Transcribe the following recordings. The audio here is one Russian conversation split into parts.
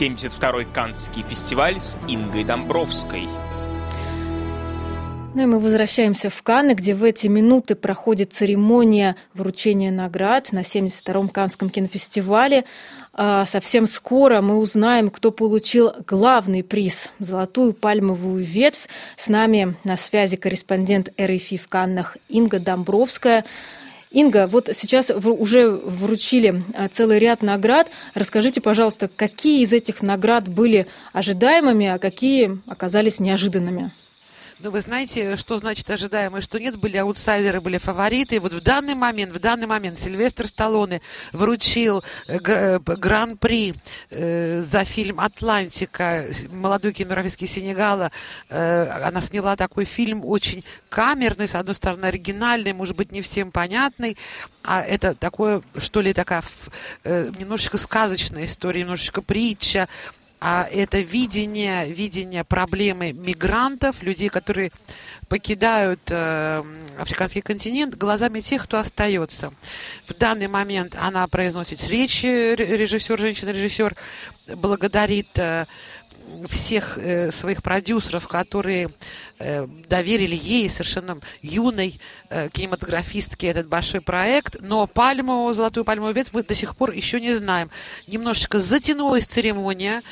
72-й Каннский фестиваль с Ингой Домбровской. Ну и мы возвращаемся в Канны, где в эти минуты проходит церемония вручения наград на 72-м Каннском кинофестивале. Совсем скоро мы узнаем, кто получил главный приз – «Золотую пальмовую ветвь». С нами на связи корреспондент РФИ в Каннах Инга Домбровская. Инга, вот сейчас уже вручили целый ряд наград. Расскажите, пожалуйста, какие из этих наград были ожидаемыми, а какие оказались неожиданными? Ну, вы знаете, что значит ожидаемое, что нет, были аутсайдеры, были фавориты. И вот в данный момент Сильвестр Сталлоне вручил гран-при за фильм «Атлантика» молодой кинематографистки Сенегала. Она сняла такой фильм очень камерный, с одной стороны оригинальный, может быть, не всем понятный. А это такое, что ли, такая немножечко сказочная история, немножечко притча. А это видение проблемы мигрантов, людей, которые покидают африканский континент, глазами тех, кто остается. В данный момент она произносит речь, женщина-режиссер, благодарит всех своих продюсеров, которые доверили ей, совершенно юной кинематографистке, этот большой проект. Но золотую пальмовую ветвь мы до сих пор еще не знаем. Немножечко затянулась церемония,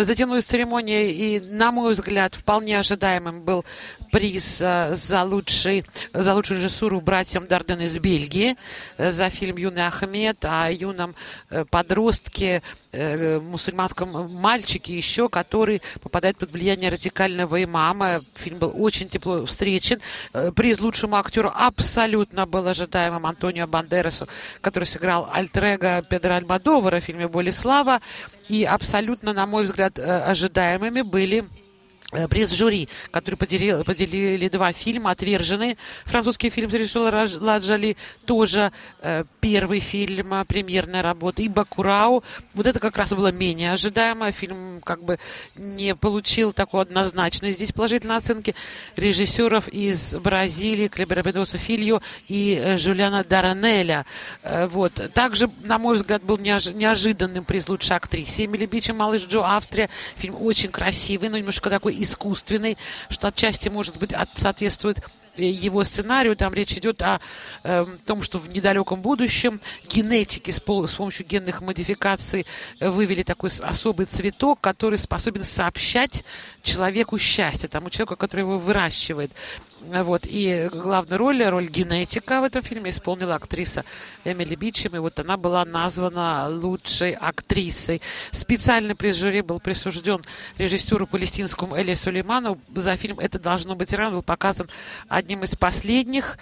и, на мой взгляд, вполне ожидаемым был приз за лучшую режиссуру братьям Дарден из Бельгии за фильм «Юный Ахмед», о юном подростке, мусульманском мальчике еще, который попадает под влияние радикального имама. Фильм был очень тепло встречен. Приз лучшему актеру абсолютно был ожидаемым Антонио Бандерасу, который сыграл альтер-эго Педро Альмодовара в фильме «Боль и слава». И абсолютно, на мой взгляд, ожидаемыми были приз жюри, который поделили два фильма. «Отверженные», французский фильм режиссера Ладжали, тоже первый фильм, премьерная работа, и «Бакурау». Вот это как раз было менее ожидаемо. Фильм как бы не получил такой однозначной здесь положительной оценки. Режиссеров из Бразилии Клебера Педоса Фильо и Жулиана Даранеля. Вот. Также, на мой взгляд, был неожиданным приз лучшей актрисе Эмили Бичем, «Малыш Джо», Австрия. Фильм очень красивый, но немножко такой искусственный, что отчасти, может быть, соответствует его сценарию. Там речь идет о том, что в недалеком будущем генетики с помощью генных модификаций вывели такой особый цветок, который способен сообщать человеку счастье, тому человеку, который его выращивает. Вот. И главную роль генетика в этом фильме исполнила актриса Эмили Бичем, и вот она была названа лучшей актрисой. Специальный приз жюри был присужден режиссеру палестинскому Эли Сулейману за фильм «Это должно быть Иран». Был показан одним из последних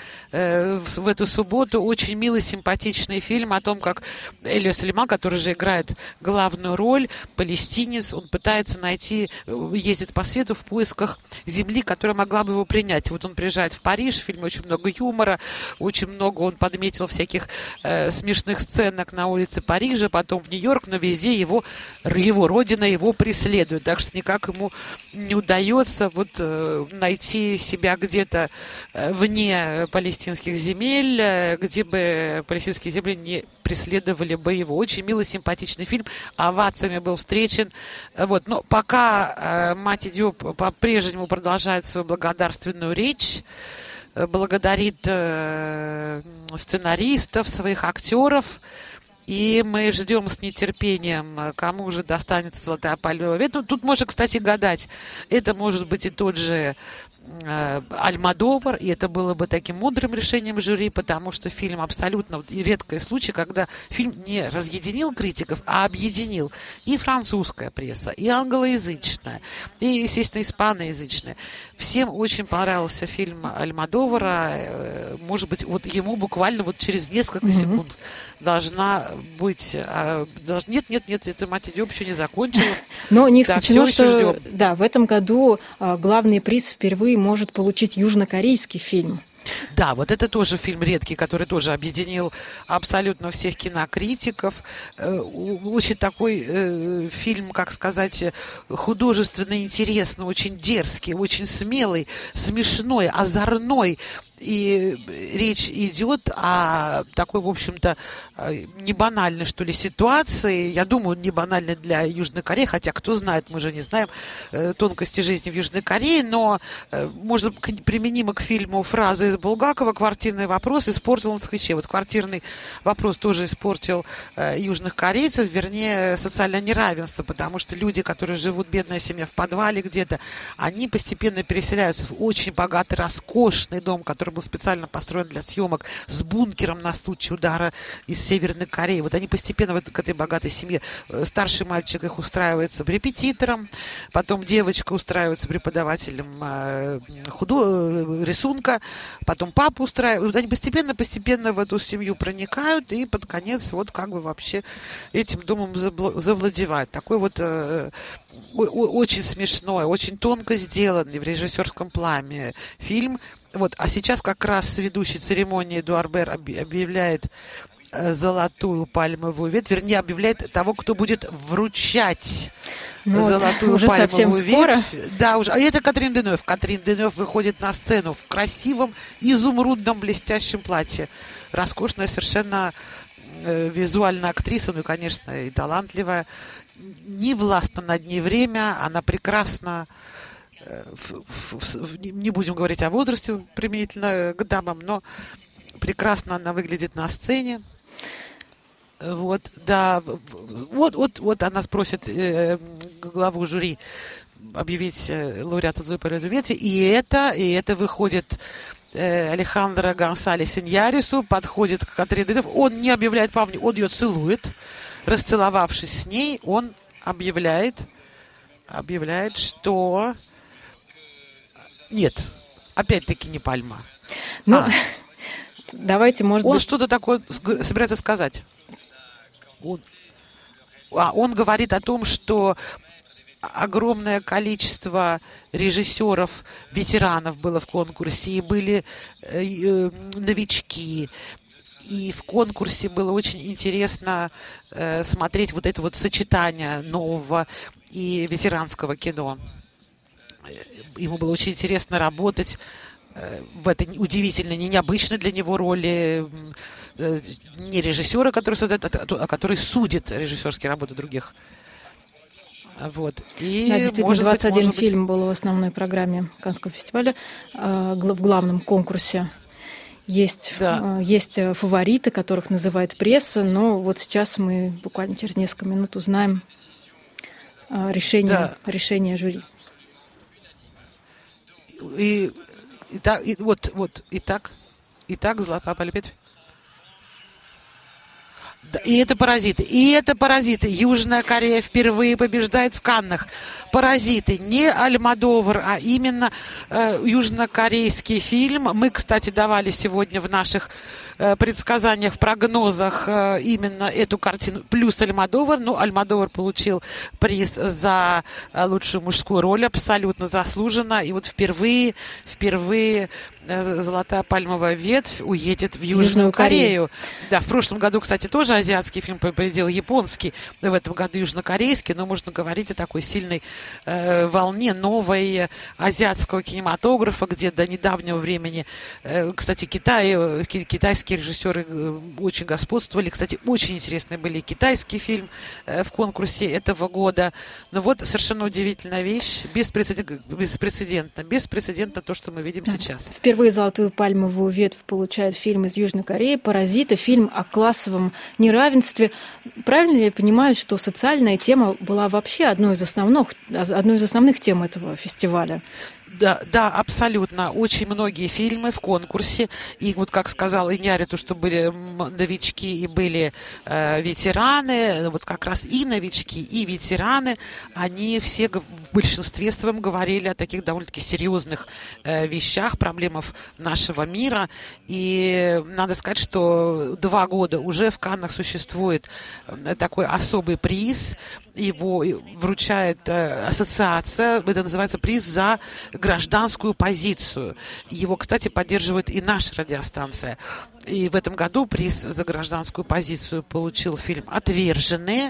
в эту субботу. Очень милый, симпатичный фильм о том, как Эли Сулейман, который же играет главную роль, палестинец, он пытается ездит по свету в поисках земли, которая могла бы его принять. Вот он приезжает в Париж, в фильме очень много юмора, очень много он подметил всяких смешных сценок на улице Парижа, потом в Нью-Йорк, но везде его родина его преследует, так что никак ему не удается найти себя где-то вне палестинских земель, где бы палестинские земли не преследовали бы его. Очень милый, симпатичный фильм, овациями был встречен. Вот. Но пока Мати Диоп по-прежнему продолжает свою благодарственную речь, благодарит сценаристов, своих актеров. И мы ждем с нетерпением, кому же достанется «Золотая пальмовая ветвь». Ну, тут можно, кстати, гадать. Это может быть и тот же Альмодовар, и это было бы таким мудрым решением жюри, потому что фильм абсолютно редкий случай, когда фильм не разъединил критиков, а объединил и французская пресса, и англоязычная, и, естественно, испаноязычная. Всем очень понравился фильм Альмодовара. Может быть, вот ему буквально через несколько секунд должна быть... Нет, это Мати Диоп еще не закончила. Но не исключено, что в этом году главный приз впервые может получить южнокорейский фильм. Да, вот это тоже фильм редкий, который тоже объединил абсолютно всех кинокритиков. Очень такой фильм, как сказать, художественно интересный, очень дерзкий, очень смелый, смешной, озорной. И речь идет о такой, в общем-то, не банальной, что ли, ситуации. Я думаю, не банальной для Южной Кореи, хотя, кто знает, мы же не знаем тонкости жизни в Южной Корее, но может применимо к фильму фраза из Булгакова «Квартирный вопрос испортил москвичей». Вот квартирный вопрос тоже испортил южных корейцев, вернее, социальное неравенство, потому что люди, которые живут, бедная семья, в подвале где-то, они постепенно переселяются в очень богатый, роскошный дом, который был специально построен для съемок, с бункером на случай удара из Северной Кореи. Вот они постепенно к этой богатой семье. Старший мальчик их устраивается репетитором, потом девочка устраивается преподавателем рисунка, потом папа устраивает. Вот они постепенно в эту семью проникают и под конец вот как бы вообще этим домом завладевают. Такой вот очень смешной, очень тонко сделанный в режиссерском плане фильм. Вот, а сейчас как раз ведущий церемонии Эдуард Бэр объявляет золотую пальмовую ветвь, вернее, объявляет того, кто будет вручать золотую уже пальмовую совсем ветвь. Скоро. Да, уже. А это Катрин Денев. Катрин Денев выходит на сцену в красивом, изумрудном, блестящем платье. Роскошная совершенно визуальная актриса, ну и, конечно, и талантливая. Не властно над ней время, она прекрасна. Не будем говорить о возрасте применительно к дамам, но прекрасно она выглядит на сцене. Вот, да, вот она спросит главу жюри объявить лауреата «Золотой пальмовой ветви», и это выходит Алехандро Гонсалес Иньяррису, подходит к Катрин Денев, он не объявляет пальму, он ее целует, расцеловавшись с ней, он объявляет, что нет, опять-таки не пальма. Ну, давайте, может он быть... что-то такое собирается сказать. Он говорит о том, что огромное количество режиссеров, ветеранов было в конкурсе, и были новички. И в конкурсе было очень интересно смотреть вот это вот сочетание нового и ветеранского кино. Ему было очень интересно работать в этой удивительной, необычной для него роли не режиссера, который создает, а который судит режиссерские работы других. Вот. И, да, действительно, 21 фильм был в основной программе Каннского фестиваля, в главном конкурсе. Есть фавориты, которых называет пресса, но вот сейчас мы буквально через несколько минут узнаем решение жюри. Итак, «Золотая пальмовая ветвь». Да, и это паразиты. Южная Корея впервые побеждает в Каннах. Паразиты. Не Альмодовар, а именно южнокорейский фильм. Мы, кстати, давали сегодня в наших предсказаниях, в прогнозах именно эту картину плюс Альмодовар. Но Альмодовар получил приз за лучшую мужскую роль, абсолютно заслуженно. И вот впервые «Золотая пальмовая ветвь» уедет в Южную Корею. Да, в прошлом году, кстати, тоже азиатский фильм победил японский, в этом году южнокорейский, но можно говорить о такой сильной волне новой азиатского кинематографа, где до недавнего времени, кстати, китайские режиссеры очень господствовали. Кстати, очень интересные были китайский фильм в конкурсе этого года. Но вот совершенно удивительная вещь, беспрецедентно то, что мы видим сейчас. Впервые «Золотую пальмовую ветвь» получает фильм из Южной Кореи «Паразиты», фильм о классовом неравенстве. Правильно ли я понимаю, что социальная тема была вообще одной из основных тем этого фестиваля? Да, абсолютно. Очень многие фильмы в конкурсе. И вот, как сказал Иньяри, то, что были новички и были ветераны, вот как раз и новички, и ветераны, они все в большинстве своем говорили о таких довольно-таки серьезных вещах, проблемах нашего мира. И надо сказать, что 2 года уже в Каннах существует такой особый приз. Его вручает ассоциация, это называется приз за гражданскую позицию. Его, кстати, поддерживает и наша радиостанция. И в этом году приз за гражданскую позицию получил фильм «Отверженные».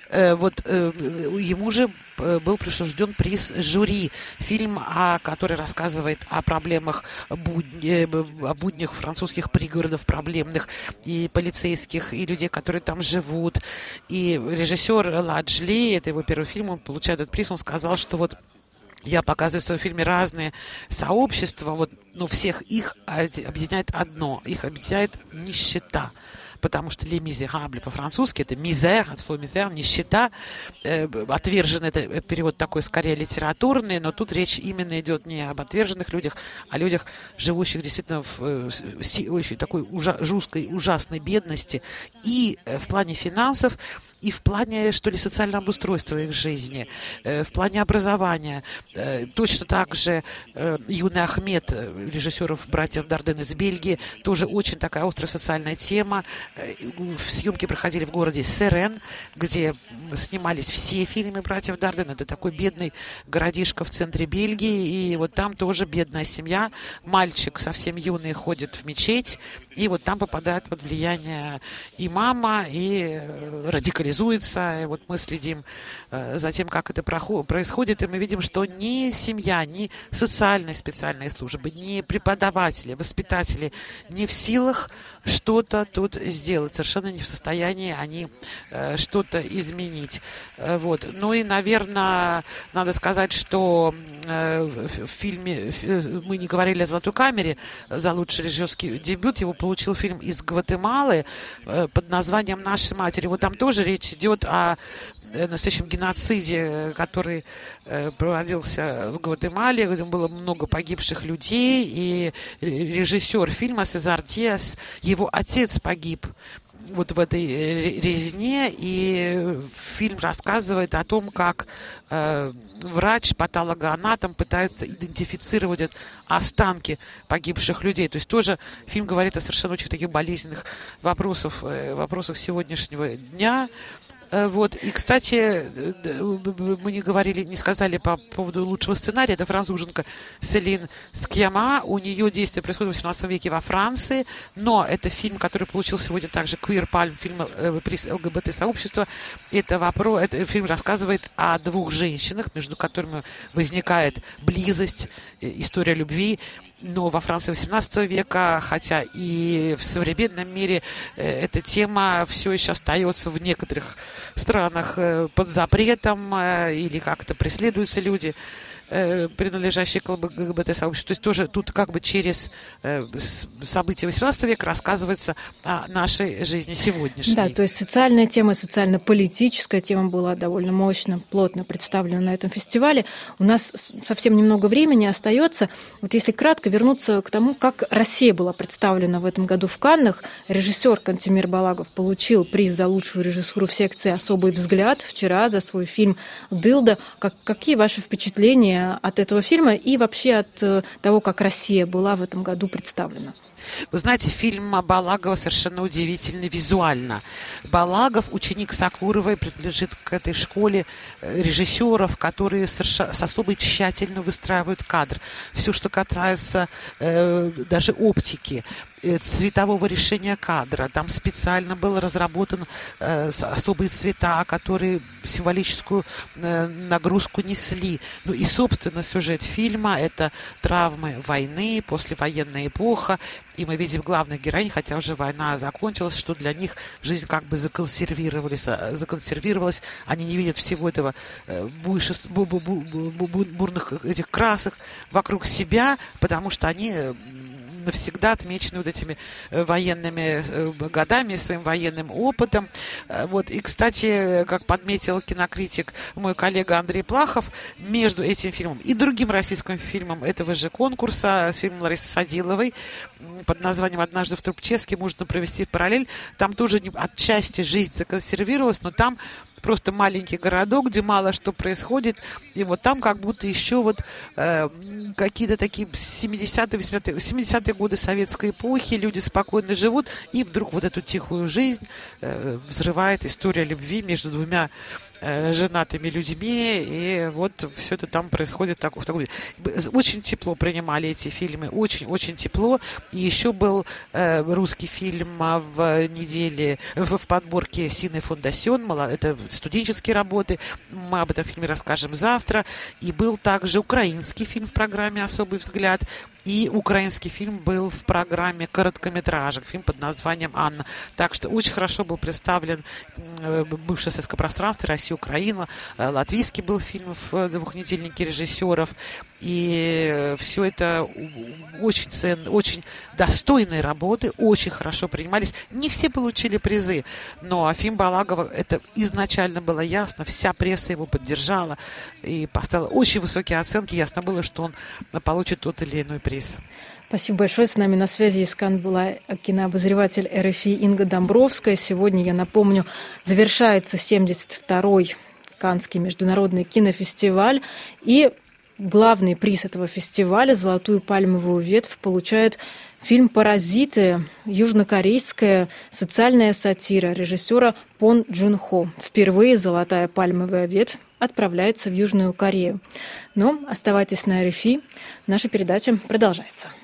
Ему же был присужден приз жюри. Фильм, который рассказывает о проблемах, о буднях французских пригородов проблемных, и полицейских, и людей, которые там живут. И режиссер Ладжли, это его первый фильм, он получает этот приз, он сказал, что я показываю в своем фильме разные сообщества, но всех их объединяет одно. Их объединяет нищета. Потому что «les misérables» по-французски это «misère», от слова «misère», нищета. «Отверженный» — это перевод такой скорее литературный, но тут речь именно идет не об отверженных людях, а о людях, живущих действительно в очень такой жуткой, ужасной бедности и в плане финансов, и в плане, что ли, социального обустройства их жизни, в плане образования. Точно так же Юный Ахмед, режиссеров «Братьев Дарден» из Бельгии, тоже очень такая острая социальная тема. Съемки проходили в городе Серен, где снимались все фильмы «Братьев Дарден». Это такой бедный городишко в центре Бельгии, и там тоже бедная семья. Мальчик совсем юный ходит в мечеть, и там попадает под влияние имама и радикализуется. И мы следим за тем, как это происходит, и мы видим, что ни семья, ни социальные специальные службы, ни преподаватели, воспитатели не в силах что-то тут сделать, совершенно не в состоянии они что-то изменить. Ну и, наверное, надо сказать, что в фильме, мы не говорили о «Золотой камере», за лучший режиссерский дебют его получил фильм из Гватемалы под названием «Наши матери». Там тоже речь идет о настоящем геноциде, который проводился в Гватемале, где было много погибших людей, и режиссер фильма Сезар Диас, его отец погиб в этой резне, и фильм рассказывает о том, как врач, патологоанатом пытается идентифицировать останки погибших людей. То есть тоже фильм говорит о совершенно очень таких болезненных вопросах сегодняшнего дня. И, кстати, мы не сказали по поводу лучшего сценария. Это француженка Селин Скьяма. У нее действие происходит в 18 веке во Франции, но это фильм, который получил сегодня также Queer Palm, приз ЛГБТ-сообщества. Этот фильм рассказывает о двух женщинах, между которыми возникает близость, история любви. Но во Франции XVIII века, хотя и в современном мире эта тема все еще остается в некоторых странах под запретом или как-то преследуются люди, принадлежащие к ЛГБТ-сообществу. То есть тоже тут через события XVIII века рассказывается о нашей жизни сегодняшней. Да, то есть социальная тема, социально-политическая тема была довольно мощно, плотно представлена на этом фестивале. У нас совсем немного времени остается. Если кратко вернуться к тому, как Россия была представлена в этом году в Каннах. Режиссер Кантемир Балагов получил приз за лучшую режиссуру в секции «Особый взгляд» вчера за свой фильм «Дылда». Какие ваши впечатления от этого фильма и вообще от того, как Россия была в этом году представлена? Вы знаете, фильм Балагова совершенно удивительный визуально. Балагов, ученик Сакуровой, принадлежит к этой школе режиссеров, которые с особой тщательно выстраивают кадр. Все, что касается даже оптики, цветового решения кадра. Там специально был разработан особые цвета, которые символическую нагрузку несли. Ну и, собственно, сюжет фильма — это травмы войны, послевоенная эпоха. И мы видим главных героинь, хотя уже война закончилась, что для них жизнь как бы законсервировалась. Они не видят всего этого бурных этих красок вокруг себя, потому что они навсегда отмечены этими военными годами, своим военным опытом. И, кстати, как подметил кинокритик мой коллега Андрей Плахов, между этим фильмом и другим российским фильмом этого же конкурса, фильмом Ларисы Садиловой, под названием «Однажды в Трубчевске» можно провести параллель. Там тоже отчасти жизнь законсервировалась, но там просто маленький городок, где мало что происходит, и вот там как будто еще вот какие-то такие 70-е годы советской эпохи, люди спокойно живут, и вдруг вот эту тихую жизнь взрывает история любви между двумя женатыми людьми, и вот все это там происходит в такой... Очень тепло принимали эти фильмы, очень-очень тепло. И еще был русский фильм в подборке «Сине фондасьон», это студенческие работы, мы об этом фильме расскажем завтра. И был также украинский фильм в программе «Особый взгляд», и украинский фильм был в программе короткометражек, фильм под названием «Анна». Так что очень хорошо был представлен бывшее советское пространство, Россия, Украина. Латвийский был фильм в двухнедельнике режиссеров. И все это очень ценные, очень достойные работы, очень хорошо принимались. Не все получили призы, но Афим Балагова, это изначально было ясно, вся пресса его поддержала и поставила очень высокие оценки. Ясно было, что он получит тот или иной приз. Спасибо большое. С нами на связи из Канн была кинообозреватель РФИ Инга Домбровская. Сегодня, я напомню, завершается 72-й Каннский международный кинофестиваль. И главный приз этого фестиваля, «Золотую пальмовую ветвь», получает фильм «Паразиты», южнокорейская социальная сатира режиссера Пон Джун Хо. Впервые «Золотая пальмовая ветвь» отправляется в Южную Корею. Но оставайтесь на РФИ, наша передача продолжается.